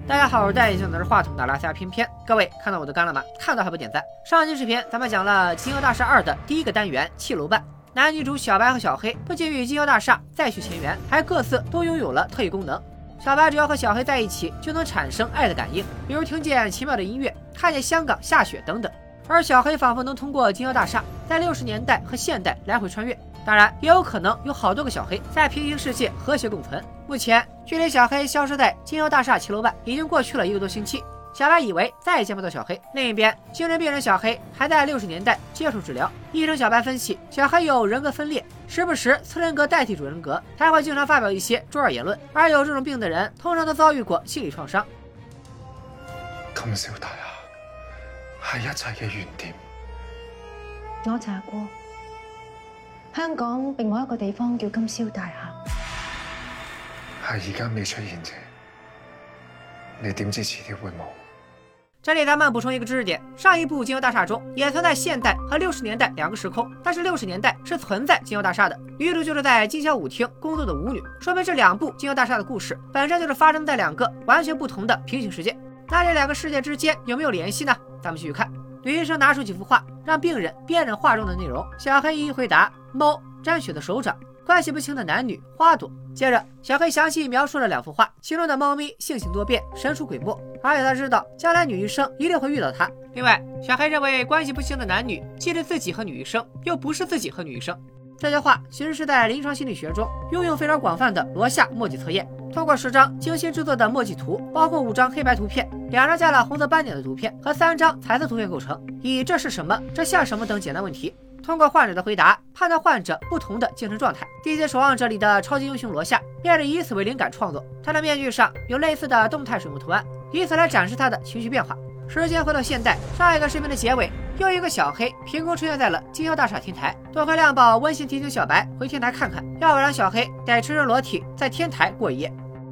大家好，我是戴眼镜拿着话筒的拉斯加偏偏。各位看到我的肝了吗？看到还不点赞？上期视频咱们讲了《金宵大厦2》的第一个单元7楼半，男女主小白和小黑不仅与金宵大厦再续前缘，还各自都拥有了特异功能。小白只要和小黑在一起，就能产生爱的感应，比如听见奇妙的音乐，看见香港下雪等等。而小黑仿佛能通过金宵大厦在60年代和现代来回穿越。当然，也有可能有好多个小黑在平行世界和谐共存。目前，距离小黑消失在金宵大厦7楼半已经过去了1个多星期。小白以为再也见不到小黑。另一边，精神病人小黑还在60年代接受治疗。医生小白分析，小黑有人格分裂，时不时次人格代替主人格，还会经常发表一些中二言论。而有这种病的人，通常都遭遇過心理創傷。 金宵大廈係一切嘅原點。 我查過。香港並冇一個地方叫金宵大廈， 係而家未出現啫。你點知遲啲會冇？ 这里咱们补充一个知识点：上一部金宵大厦中也存在现代和60年代2个时空，但是60年代是存在金宵大厦的，女主就是在金宵舞厅工作的舞女，说明这2部金宵大厦的故事本身就是发生在2个完全不同的平行世界。那这2个世界之间有没有联系呢？咱们继续看。女医生拿出几幅画，让病人辨认画中的内容。小黑一一回答：猫、沾血的手掌、关系不清的男女、花朵。接着，小黑详细描述了2幅画，其中的猫咪性情多变、神出鬼没，而且他知道将来女医生一定会遇到他。另外，小黑认为关系不清的男女既是自己和女医生，又不是自己和女医生。这些话其实是在临床心理学中运用非常广泛的罗夏墨迹测验。通过10张精心制作的墨迹图，包括5张黑白图片、2张加了红色斑点的图片和3张彩色图片构成，以这是什么、这像什么等简单问题，通过患者的回答判断患者不同的精神状态。地界守望者里的超级英雄罗夏便是以此为灵感创作，他的面具上有类似的动态水墨图案，以此来展示他的情绪变化。时间回到现代，上一个视频的结尾，又一个小黑凭空出现在了金宵大厦天台。多亏亮宝温馨提醒小白回天台看看，要不然小黑得赤身裸体在天台过一夜。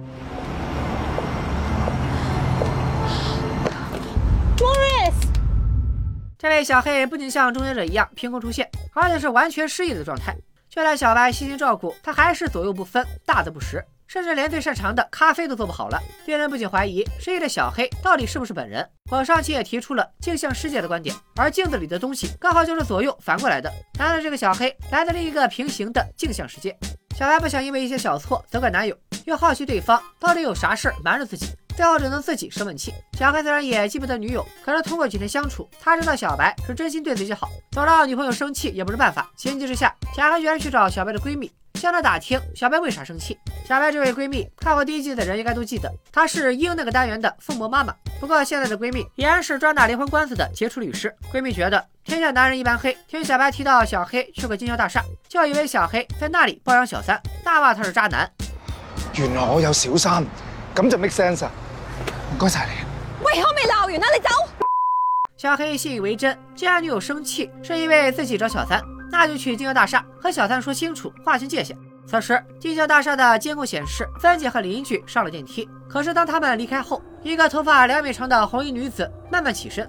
这位小黑不仅像终结者一样凭空出现，而且是完全失忆的状态。就在小白悉心照顾，他还是左右不分，大字不识，甚至连最擅长的咖啡都做不好了。病人不仅怀疑失忆的小黑到底是不是本人。我上期也提出了镜像世界的观点，而镜子里的东西刚好就是左右反过来的。难道这个小黑来自另一个平行的镜像世界？小白不想因为一些小错责怪男友，又好奇对方到底有啥事儿瞒着自己，最后只能自己生闷气。小黑虽然也记不得女友，可是通过几天相处，他知道小白是真心对自己好，总让女朋友生气也不是办法。情急之下，小黑居然去找小白的闺蜜，向她打听小白为啥生气。小白这位闺蜜看过第1季的人应该都记得，她是鹰那个单元的疯魔妈妈。不过现在的闺蜜依然是专打离婚官司的杰出律师。闺蜜觉得天下男人一般黑，听小白提到小黑去过金宵大厦，就以为小黑在那里包养小三，大骂他是渣男。 原來我有小三，咁就 make sense 啊！唔該晒你。 喂，我未鬧完啊，你走！ 小黑信以为真，既然女友生气是因为自己找小三，那就去金宵大厦和小三说清楚，划清界限。此时，金宵大厦的监控显示，芬姐和邻居上了电梯。可是当他们离开后，一个头发2米长的红衣女子慢慢起身。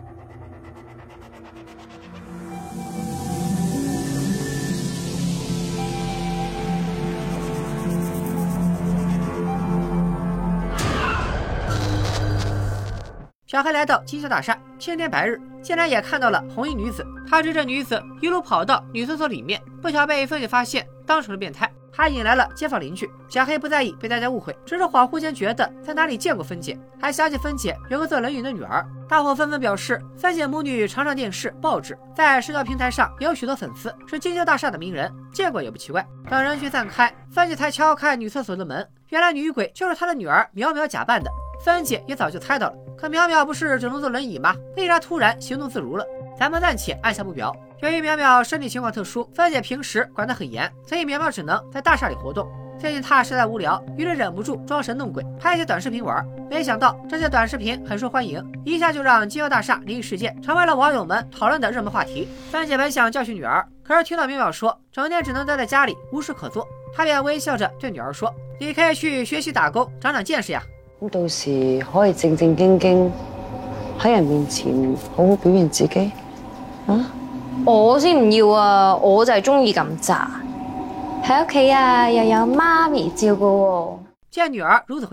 小黑来到金宵大厦，青天白日，竟然也看到了红衣女子。他追着女子一路跑到女厕所里面，不巧被芬姐发现，当成了变态，还引来了街坊邻居。小黑不在意被大家误会，只是恍惚间觉得在哪里见过芬姐，还想起芬姐有个做人影的女儿。大伙纷纷表示，芬姐母女常上电视、报纸，在社交平台上也有许多粉丝，是金宵大厦的名人，见过也不奇怪。等人群散开，芬姐才敲开女厕所的门，原来女鬼就是她的女儿苗苗假扮的。芬姐也早就猜到了，可苗苗不是只能坐轮椅吗？为啥突然行动自如了？咱们暂且按下不表。由于苗苗身体情况特殊，芬姐平时管得很严，所以苗苗只能在大厦里活动。最近她实在无聊，于是忍不住装神弄鬼，拍一些短视频玩。没想到这些短视频很受欢迎，一下就让金宵大厦灵异事件成为了网友们讨论的热门话题。芬姐本想教训女儿，可是听到苗苗说整天只能待在家里无事可做，她便微笑着对女儿說：你可以去學習打工，長長見識呀。 咁到時可以正正經經喺人面前好好表現自己啊！ 我先唔要啊，我就係中意咁渣。喺屋企啊，又有媽咪照顧喎。 见女儿如此回答，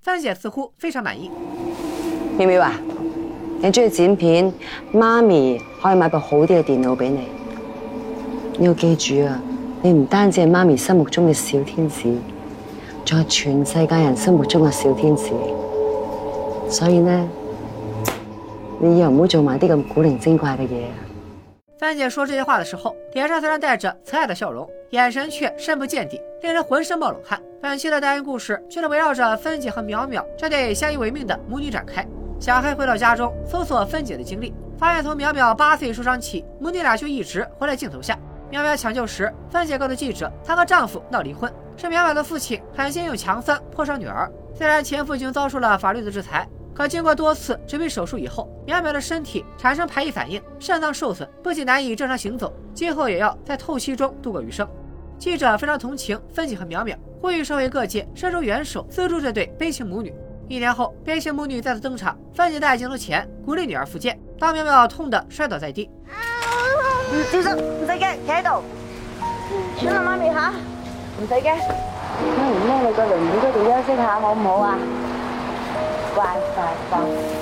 芬姐似乎非常满意。 妙妙啊，你中意剪片，媽咪可以買部好啲嘅電腦俾你。你要記住啊，你唔單止係媽咪心目中嘅小天使，仲係全世界人心目中嘅小天使。所以呢，你以後唔好做埋啲咁古靈精怪嘅嘢啊。 芬姐说这些话的时候，脸上虽然带着慈爱的笑容，眼神却深不见底，令人浑身冒冷汗。本期的单元故事就是围绕着芬姐和淼淼这对相依为命的母女展开。小黑回到家中，搜索芬姐的经历，发现从淼淼8岁受伤起，母女俩就一直活在镜头下。淼淼抢救时，芬姐告诉记者，她和丈夫闹离婚，是淼淼的父亲狠心用强酸泼伤女儿。虽然前夫已经遭受了法律的制裁，可经过多次植皮手术以后，淼淼的身体产生排异反应，肾脏受损，不仅难以正常行走，今后也要在透析中度过余生。记者非常同情芬姐和淼淼，呼吁社会各界伸出援手资助这对悲情母女。1年后，悲情母女再次登场，芬姐在鏡頭前鼓勵女兒復健，當淼淼痛得摔倒在地。 小心，唔使驚，企喺度。算啦，媽咪吓，唔使驚。唔咩？你個輪椅嗰度休息下好唔好啊？乖乖乖。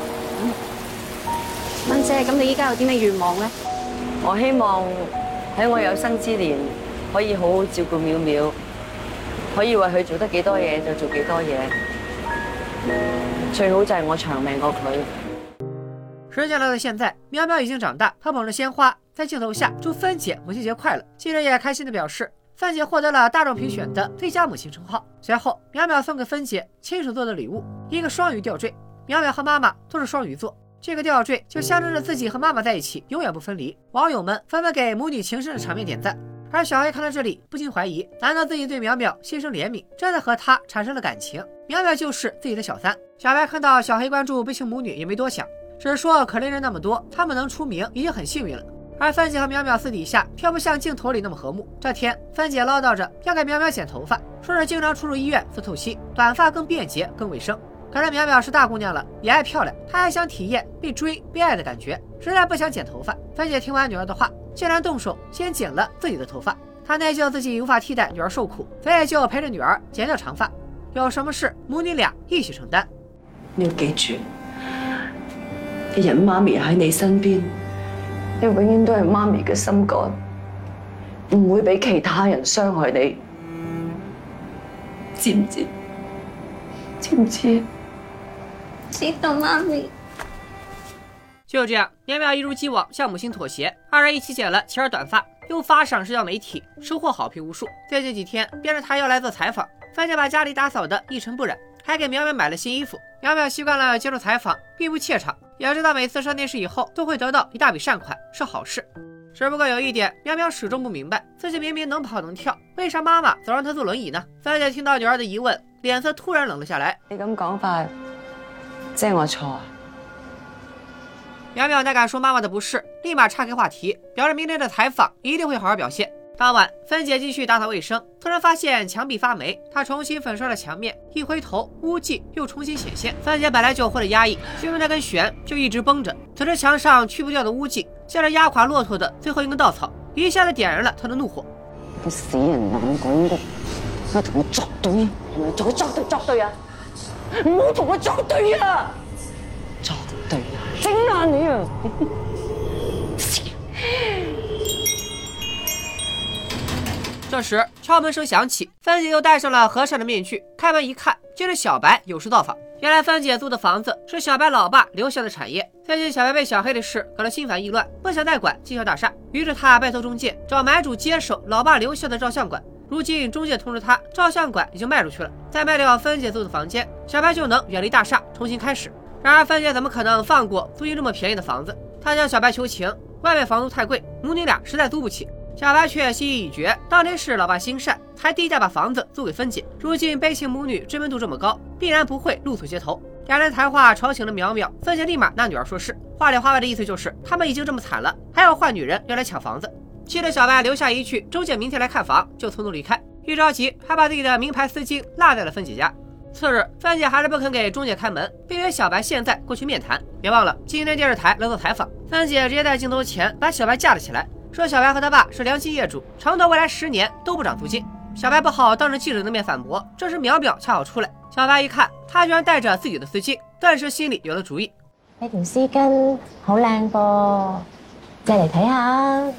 蚊姐，咁你依家有啲咩願望咧？ 我希望喺我有生之年可以好好照顧淼淼，可以為佢做得幾多嘢就做幾多嘢。最好就係我長命過佢。 时间来到现在，淼淼已经长大，她捧着鲜花在镜头下祝芬姐母亲节快乐。记者也开心地表示，芬姐获得了大众评选的最佳母亲称号。随后，淼淼送给芬姐亲手做的礼物，一个双鱼吊坠。淼淼和妈妈都是双鱼座，这个吊坠就象征着自己和妈妈在一起，永远不分离。网友们纷纷给母女情深的场面点赞。而小黑看到这里，不禁怀疑，难道自己对淼淼心生怜悯，真的和她产生了感情？淼淼就是自己的小三。小白看到小黑关注悲情母女，也没多想，只是说可怜人那么多，他们能出名已经很幸运了。而芬姐和淼淼私底下却不像镜头里那么和睦。这天，芬姐唠叨着要给淼淼剪头发，说是经常出入医院做透析，短发更便捷更卫生。可是淼淼是大姑娘了，也爱漂亮，她还想体验被追被爱的感觉，实在不想剪头发。芬姐听完女儿的话，竟然动手先剪了自己的头发。她内疚自己无法替代女儿受苦，所以就陪着女兒剪掉長髮。有什麼事，母女倆一起承擔。 你要記住，日日媽咪喺你身邊，你永遠都係媽咪嘅心肝，唔會俾其他人傷害你，知唔知？知唔知？ 知道，媽咪。 就这样，淼淼一如既往向母亲妥协，二人一起剪了齐儿短发，又发上社交媒体，收获好评无数。最近几天，编着台要来做采访，芬姐把家里打扫得一尘不染，还给淼淼买了新衣服。淼淼习惯了接受采访，并不怯场，也知道每次上电视以后都会得到一大笔善款，是好事。只不过有一点，淼淼始终不明白，自己明明能跑能跳，为啥妈妈总让她坐轮椅呢？芬姐听到女儿的疑问，脸色突然冷了下来。 你咁講法，即係我錯啊？ 淼淼哪敢说妈妈的不是，立马岔开话题，表示明天的采访一定会好好表现。当晚，芬姐继续打扫卫生，突然发现墙壁发霉，她重新粉刷了墙面，一回头，污迹又重新显现。芬姐本来就活得压抑，心中那根弦就一直绷着，此时墙上去不掉的污迹，像是压垮骆驼的最后一根稻草，一下子点燃了她的怒火。 個死人冷鬼的，我同佢作對，係咪同佢作對啊？唔好同佢作對啊！作對啊！整爛你啊！ 这时敲门声响起，芬姐又戴上了和善的面具，开门一看，竟是小白有事到访。原来芬姐租的房子是小白老爸留下的产业，最近小白被小黑的事搞得心烦意乱，不想再管金宵大厦，于是他拜托中介找买主接手老爸留下的照相馆。如今中介通知他，照相馆已经卖出去了，再卖掉芬姐租的房间，小白就能远离大厦重新开始。然而芬姐怎么可能放过租金这么便宜的房子？她向小白求情，外面房租太贵，母女俩实在租不起。小白却心意已决，当年是老爸心善，才低价把房子租给芬姐。如今悲情母女知名度这么高，必然不会露宿街头。两人谈话吵醒了淼淼，芬姐立马拿女儿说事，话里话外的意思就是他们已经这么惨了，还要换女人要来抢房子。气得小白留下一句中介明天来看房，就匆匆离开。一着急，还把自己的名牌丝巾落在了芬姐家。次日，芬姐还是不肯给中介开门，并约小白现在过去面谈。别忘了，今天电视台来做采访。芬姐直接在镜头前把小白架了起来，说小白和他爸是良心业主，承诺未来10年都不涨租金。小白不好当着记者的面反驳，这时淼淼恰好出来， 小白一看，他居然帶着自己的絲巾，頓時心裏有了主意。 你條絲巾好靚噃，借嚟睇下。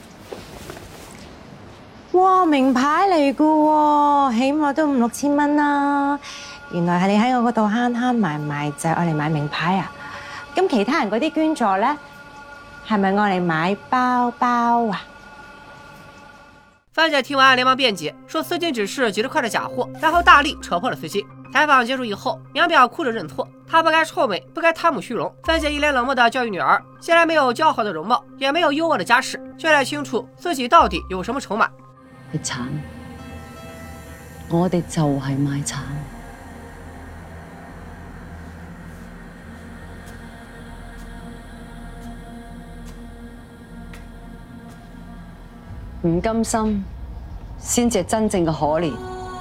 哇，名牌嚟噶喎，起碼都5、6千蚊啦。原來係你喺我嗰度慳埋，就係愛嚟買名牌啊？咁其他人嗰啲捐助咧，係咪愛嚟買包包啊？ 番姐听完连忙辩解，说丝巾只是几十块的假货，然后大力扯破了丝巾。采访结束以后，苗苗哭着认错，她不该臭美，不该贪慕虚荣。番姐一脸冷漠地教育女儿，显然没有姣好的容貌，也没有优渥的家世，却来清楚自己到底有什么筹码。 你慘，我哋就係賣慘。唔甘心，先至係真正嘅可憐。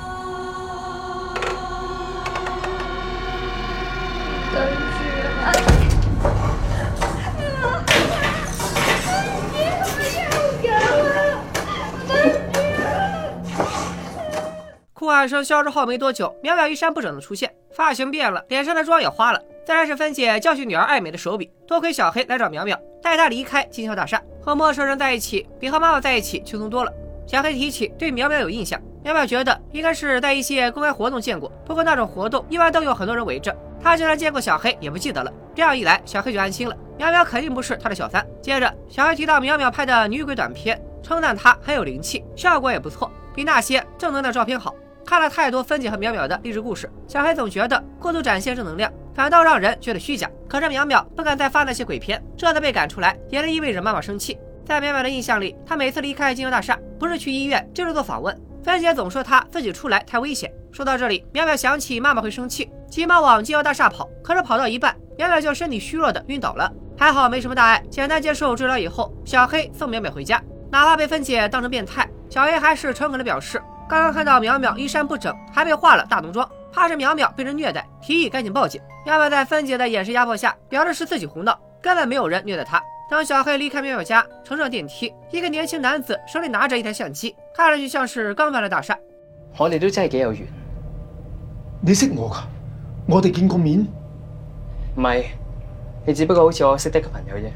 哭喊声消失后没多久，苗苗衣衫不整的出现，发型变了，脸上的妆也花了。自然是芬姐教训女儿爱美的手笔。多亏小黑来找苗苗，带她离开金宵大厦。和陌生人在一起，比和妈妈在一起轻松多了。小黑提起对苗苗有印象，苗苗觉得应该是在一些公开活动见过，不过那种活动一般都有很多人围着，她竟然见过小黑也不记得了。这样一来，小黑就安心了，苗苗肯定不是他的小三。接着，小黑提到苗苗拍的女鬼短片，称赞她很有灵气，效果也不错，比那些正能量照片好。看了太多芬姐和淼淼的励志故事，小黑总觉得过度展现正能量反倒让人觉得虚假。可是淼淼不敢再发那些鬼片，这才被赶出来，也能意味着妈妈生气。在淼淼的印象里，她每次离开金宵大厦，不是去医院，就是做访问。芬姐总说她自己出来太危险。说到这里，淼淼想起妈妈会生气，急忙往金宵大厦跑，可是跑到一半，淼淼就身体虚弱的晕倒了。还好没什么大碍，简单接受治疗以后，小黑送淼淼回家。哪怕被芬姐当成变态，小黑还是诚恳的表示，刚刚看到淼淼衣衫不整，还被化了大浓妆，怕是淼淼被人虐待，提议赶紧报警。淼淼在芬姐的眼神压迫下，表示是自己胡闹，根本没有人虐待她。当小黑离开淼淼家，乘上电梯，一个年輕男子手里拿着一台相機，看上去像是剛搬來大廈。 我哋都真係幾有緣。 你識我㗎？我哋見過面？ 唔係，你只不過好似我識得嘅朋友啫。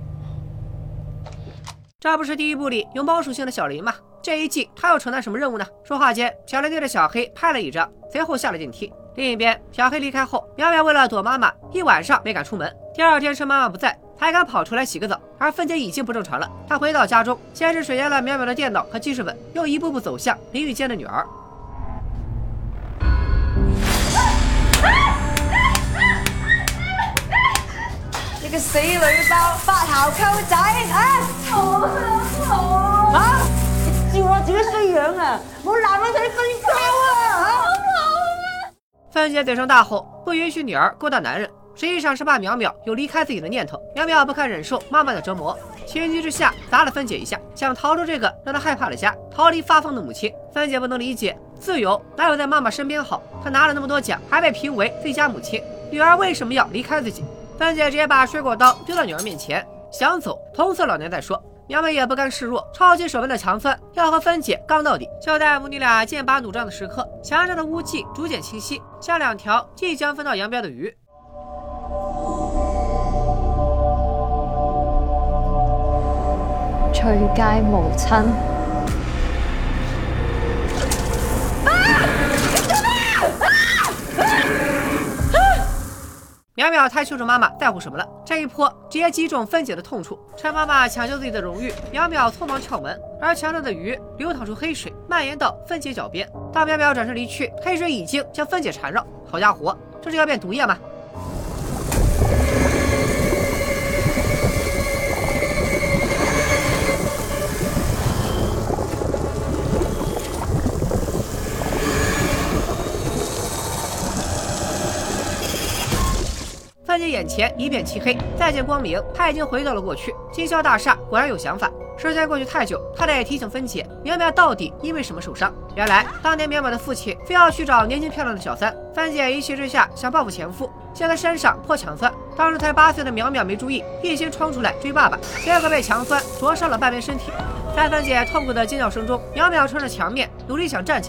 这不是第一部里有猫属性的小林吗？这一季他要承担什么任务呢？说话间，小林对着小黑拍了一张，随后下了电梯。另一边，小黑离开后，淼淼为了躲妈妈，一晚上没敢出门。第二天趁妈妈不在，还敢跑出来洗个澡。而芬姐已经不正常了，她回到家中，先是水淹了淼淼的电脑和记事本，又一步步走向淋浴间的女儿。 你個死女包，發姣溝仔啊！我啊！你照我自己衰樣啊！冇男人仔瞓覺啊！ 芬姐嘴上大吼不允许女儿勾搭男人，实际上是怕淼淼有离开自己的念头。淼淼不堪忍受妈妈的折磨，情急之下砸了芬姐一下，想逃出这个让她害怕的家，逃离发疯的母亲。芬姐不能理解，自由哪有在妈妈身边好？她拿了那么多奖，还被评为最佳母亲，女儿为什么要离开自己？芬姐直接把水果刀丢到女儿面前，想走同色老年再说。淼淼也不甘示弱，超级手腕的强酸，要和芬姐刚到底。就在母女俩剑拔弩张的时刻，墙上的污迹逐渐清晰，像两条即将分道扬镳的鱼。 隨街無親。 淼淼太清楚妈妈在乎什么了，这一泼直接击中芬姐的痛处。趁妈妈抢救自己的荣誉，淼淼匆忙撬门，而墙上的鱼流淌出黑水，蔓延到芬姐脚边。当淼淼转身离去，黑水已经将芬姐缠绕。好家伙，这是要变毒液吗？芬姐眼前一片漆黑，再见光明，她已经回到了过去。金宵大厦果然有想法。时间过去太久，他得提醒芬姐，淼淼到底因为什么受伤。原来当年淼淼的父亲非要去找年轻漂亮的小三，芬姐一气之下想报复前夫，在他身上泼强酸。当时才8岁的淼淼没注意，一心冲出来追爸爸，结果被强酸灼伤了半边身体。在芬姐痛苦的尖叫声中，淼淼撑着墙面努力想站起来，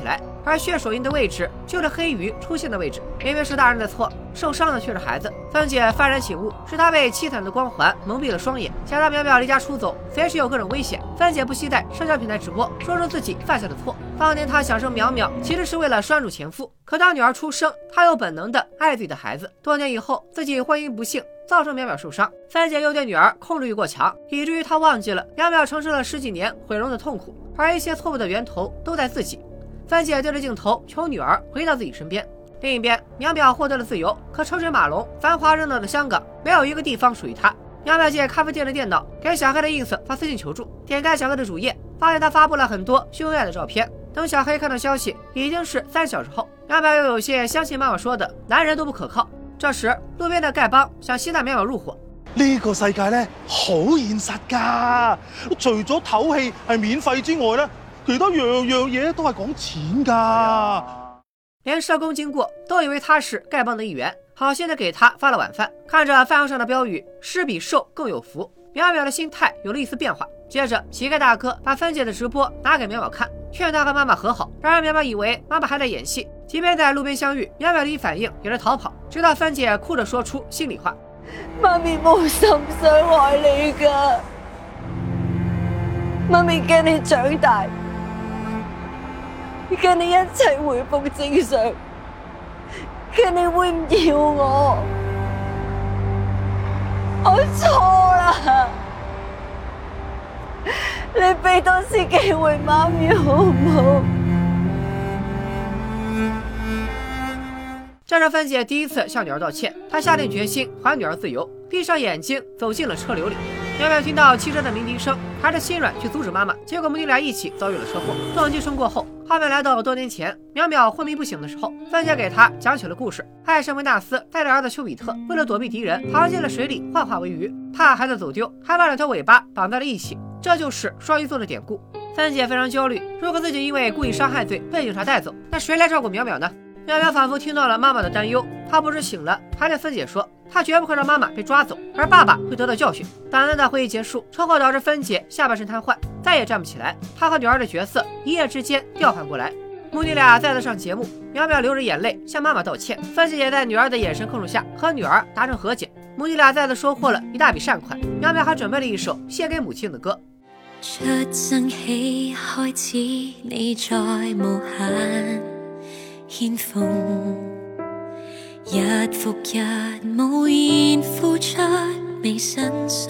而血手印的位置就是黑鱼出现的位置。明明是大人的错，受伤的却是孩子。芬姐幡然醒悟，是她被凄惨的光环蒙蔽了双眼。想到淼淼离家出走，随时有各种危险，芬姐不惜在社交平台直播，说出自己犯下的错。当年她想生淼淼，其实是为了拴住前夫。可当女儿出生，她又本能的爱自己的孩子。多年以后，自己婚姻不幸，造成淼淼受伤，芬姐又对女儿控制欲过强，以至于她忘记了淼淼承受了10几年毁容的痛苦，而一切错误的源头都在自己。芬姐对着镜头求女儿回到自己身边。另一边，淼淼获得了自由，可车水马龙、繁华热闹的香港，没有一个地方属于她。淼淼借咖啡店的电脑给小黑的 ins 发私信求助，点开小黑的主页，发现他发布了很多秀恩爱的照片。等小黑看到消息，已经是3小时后。淼淼又有些相信妈妈說的，男人都不可靠。這時，路邊的丐幫想吸納淼淼入伙。 呢個世界咧好現實㗎，除咗唞氣係免費之外咧，其他樣嘢都係講錢㗎。 連社工經過都以為他是丐幫的一員，好心的給他發了晚飯。看着飯盒上的標語“施比受更有福”，淼淼的心態有了一絲變化。接着，乞丐大哥把芬姐的直播拿給淼淼看，勸她和媽媽和好。然而淼淼以為媽媽還在演戲，即便在路邊相遇，淼淼第一反應也是逃跑，直到芬姐哭着說出心裡話：“ 媽咪冇心想害你㗎，媽咪驚你長大。驚你一切回復正常，驚你會唔要我錯啦！你俾多次機會媽咪好唔好？” 这是芬姐第一次向女儿道歉，她下定决心还女儿自由，闭上眼睛走进了车流里。淼淼听到汽车的鸣笛声，还是心软去阻止妈妈，结果母女俩一起遭遇了车祸。撞击声过后，画面来到多年前，淼淼昏迷不醒的时候，芬姐给她讲起了故事。爱神维纳斯带着儿子丘比特，为了躲避敌人，爬进了水里幻化为鱼，怕孩子走丢，还把2条尾巴绑在了一起，这就是双鱼座的典故。芬姐非常焦虑，如果自己因为故意伤害罪被警察带走，那谁来照顾淼淼呢？淼淼仿佛听到了妈妈的担忧，她不知醒了，还对芬姐说，她绝不会让妈妈被抓走，而爸爸会得到教训。短暂的会议结束，车祸导致芬姐下半身瘫痪，再也站不起来。她和女儿的角色一夜之间调换过来，母女俩再次上节目，淼淼流着眼泪向妈妈道歉，芬姐也在女儿的眼神控制下和女兒達成和解，母女俩再次收穫了一大筆善款。淼淼還準備了一首獻給母親的歌。 出生起開始，你再無限獻奉，日復日無言付出，未申訴。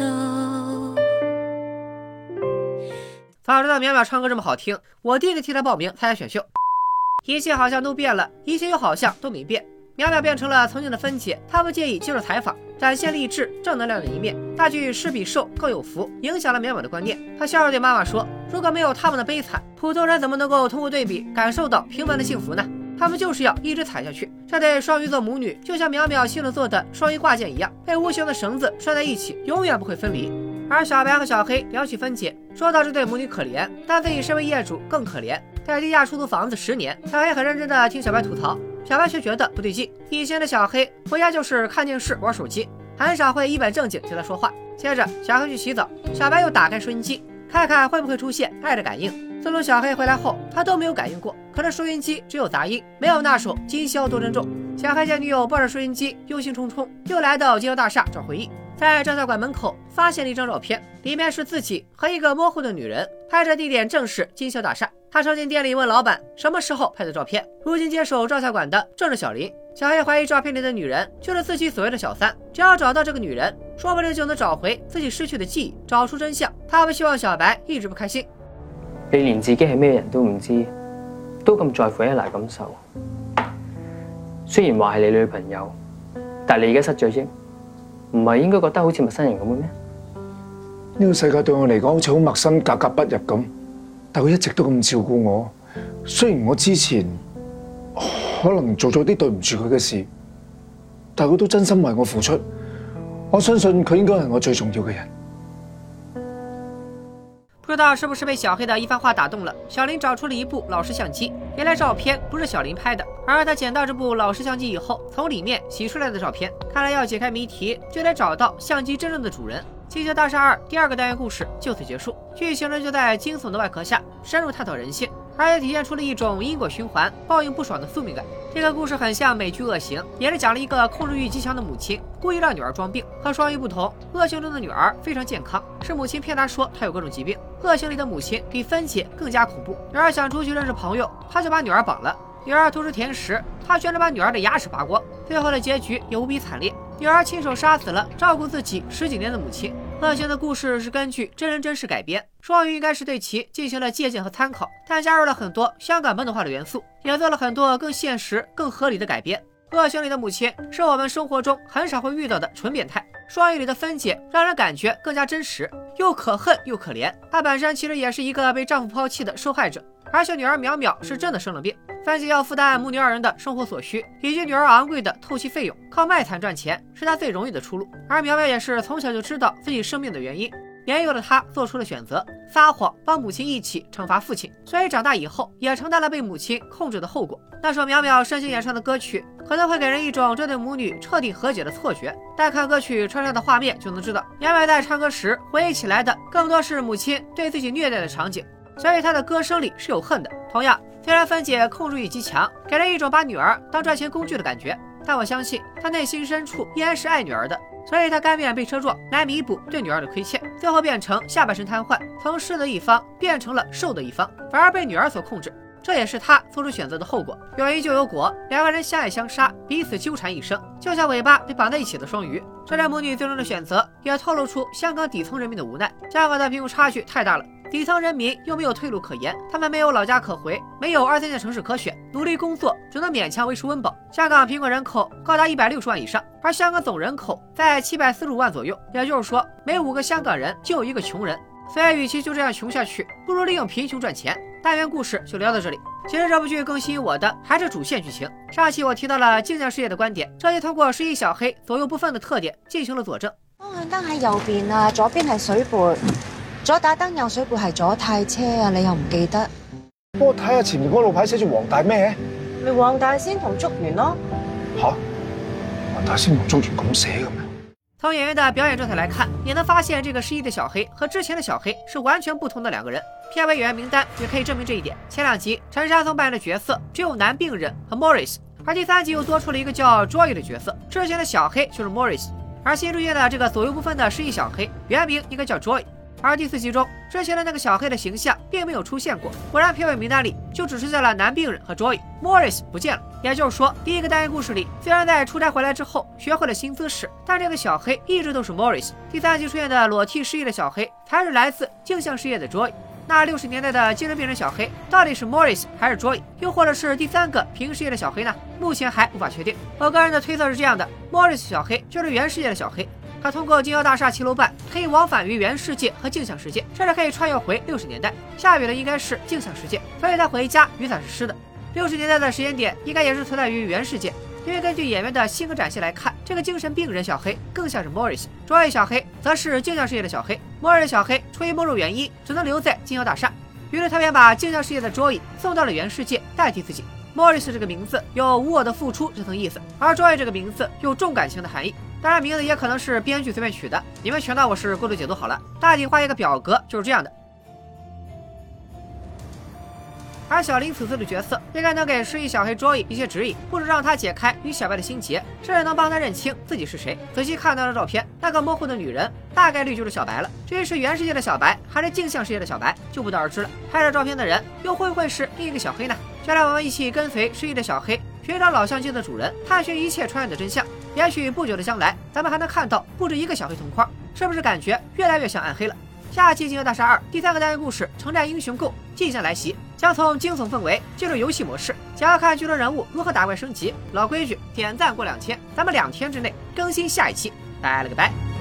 早知道淼淼唱歌這麼好聽，我第一個替她報名參加選秀。一切好像都變了，一切又好像都沒變。淼淼變成了曾經的芬姐，她不介意接受採訪，展現勵志正能量的一面。大句施比受更有福影響了淼淼的觀念。她笑着對媽媽說，如果沒有他們的悲慘，普通人怎麼能夠通過對比感受到平凡的幸福呢？他們就是要一直踩下去。這對雙魚座母女就像淼淼星座做的雙魚掛件一樣，被無形的繩子拴在一起，永遠不會分離。而小白和小黑聊起芬姐，說到這對母女可憐，但自己身為業主更可憐，在地價出租房子10年。小黑很認真地聽小白吐槽，小白卻覺得不對勁。以前的小黑回家就是看電視玩手機，很少會一本正經聽他說話。接着小黑去洗澡，小白又打開收音機，看看會不會出現愛的感應。自從小黑回來後，他都沒有感應過，可是收音機只有雜音，沒有那首今宵多珍重。小黑見女友抱着收音機憂心忡忡，又來到金宵大廈找回憶，在照相館門口發現了一張照片，裡面是自己和一個模糊的女人，拍攝地點正是金宵大廈。他衝進店裡問老闆什麼時候拍的照片，如今接手照相館的正是小林。小黑懷疑照片裡的女人就是自己所謂的小三，只要找到這個女人，說不定就能找回自己失去的記憶，找出真相。他不希望小白一直不開心。 你連自己係咩人都唔知，都咁在乎一娜感受。雖然話係你女朋友，但係你而家失咗憶，唔係應該覺得好似陌生人咁嘅咩？ 呢個世界對我嚟講好似好陌生，格格不入咁。但佢一直都咁照顧我，雖然我之前可能做咗啲對唔住佢嘅事，但佢都真心為我付出。我相信佢應該係我最重要嘅人。 不知道是不是被小黑的一番話打動了，小林找出了一部老式相機。原來照片不是小林拍的，而他撿到這部老式相機以後，從裡面洗出來的照片。看來要解開謎題，就得找到相機真正的主人。金宵大廈2第2個單元故事就此結束，劇情呢就在驚悚的外殼下深入探討人性。 而且体现出了一种因果循环、报应不爽的宿命感。这个故事很像美剧《恶行》，也是讲了一个控制欲极强的母亲故意让女儿装病。和双鱼不同，恶行中的女儿非常健康，是母亲骗她说她有各种疾病。恶行里的母亲比芬姐更加恐怖，女儿想出去认识朋友，她就把女儿绑了。女儿偷吃甜食，她居然把女儿的牙齿拔光。最后的结局也无比惨烈，女儿亲手杀死了照顾自己10几年的母亲。恶行的故事是根据真人真事改编，双鱼应该是对其进行了借鉴和参考，但加入了很多香港本土化的元素，也做了很多更现实、更合理的改编。恶行里的母亲是我们生活中很少会遇到的纯变态，双鱼里的芬姐让人感觉更加真实，又可恨又可怜。她本身其实也是一个被丈夫抛弃的受害者，而且女儿淼淼是真的生了病，芬姐要负担母女2人的生活所需，以及女儿昂贵的透析费用，靠卖惨赚钱是她最容易的出路。而淼淼也是从小就知道自己生病的原因，年幼的她做出了选择，撒谎帮母亲一起惩罚父亲，所以长大以后也承担了被母亲控制的后果。那首淼淼深情演唱的歌曲可能会给人一种这对母女彻底和解的错觉，但看歌曲穿插的画面就能知道，淼淼在唱歌时回忆起来的更多是母亲对自己虐待的场景，所以她的歌声里是有恨的。同样，虽然芬姐控制欲极强，给人一种把女儿当赚钱工具的感觉，但我相信她内心深处依然是爱女儿的，所以她甘愿被车撞来弥补对女儿的亏欠，最后变成下半身瘫痪，从失的一方变成了受的一方，反而被女儿所控制。这也是他做出选择的后果。有因就有果，两个人相爱相杀，彼此纠缠一生，就像尾巴被绑在一起的双鱼。这对母女最终的选择，也透露出香港底层人民的无奈。香港的贫富差距太大了，底层人民又没有退路可言，他们没有老家可回，没有2、3线城市可选，努力工作只能勉强维持温饱。香港贫困人口高达160万以上，而香港总人口在745万左右，也就是说每5个香港人就有1个穷人。所以与其就这样穷下去，不如利用贫穷赚钱。单元故事就聊到这里。其实这部剧更吸引我的还是主线剧情。上期我提到了镜像世界的观点，这里通过11小黑左右不分的特點進行了佐證。 方向燈喺右邊啊，左邊係水撥，左打燈右水撥係左軚車啊，你又唔記得？ 幫我睇下前面嗰個路牌寫住黃大咩？ 咪黃大仙同竹園咯。 嚇，黃大仙同竹園咁寫嘅咩？ 从演员的表演状态来看，也能发现这个11的小黑和之前的小黑是完全不同的2个人。片尾演员名单也可以证明这一点。前2集陈山松扮演的角色只有男病人和 Morris， 而第3集又多出了一个叫 Joy 的角色。之前的小黑就是 Morris， 而新出现的这个左右不分的11小黑原名应该叫 Joy。而第4集中之前的那个小黑的形象并没有出现过，果然片尾名单里就只出现了男病人和 Joy，Morris 不见了。也就是说，第1个单元故事里虽然在出差回来之后学会了新姿势，但这个小黑一直都是 Morris。第3集出现的裸替失忆的小黑才是来自镜像世界的 Joy。那60年代的精神病人小黑到底是 Morris 还是 Joy， 又或者是第3个平世界的小黑呢？目前还无法确定。我个人的推测是这样的：Morris 小黑就是原世界的小黑。他通过金宵大厦7楼半可以往返于原世界和镜像世界，甚至可以穿越回60年代。下雨的应该是镜像世界，所以他回家雨伞是湿的。60年代的时间点应该也是存在于原世界，因为根据演员的性格展现来看，这个精神病人小黑更像是 Morris， Joy 小黑则是镜像世界的小黑。Morris 小黑出于某种原因只能留在金宵大厦，于是他便把镜像世界的 Joy 送到了原世界代替自己。Morris 这个名字有无我的付出这层意思，而 Joy 这个名字有重感情的含义。当然名字也可能是编剧随便取的，你们全当我是过度解读好了。大体画一个表格就是这样的。而小林此次的角色应该能给失忆小黑 Joy 一些指引，不止让他解开与小白的心结，甚至能帮他认清自己是谁。仔细看到了照片，那个模糊的女人大概率就是小白了。至于是原世界的小白还是镜像世界的小白，就不得而知了。拍摄照片的人又会不会是另一个小黑呢？就让我们一起跟随失忆的小黑寻找老相机的主人，探寻一切传言的真相。也许不久的将来，咱们还能看到不止1个小黑同框，是不是感觉越来越像暗黑了？下期《金宵大厦2》第3个单元故事《城寨英雄购》即将来袭，将从惊悚氛围进入游戏模式。想要看剧中人物如何打怪升级，老规矩，点赞过2000，咱们2天之内更新下一期。拜了个拜。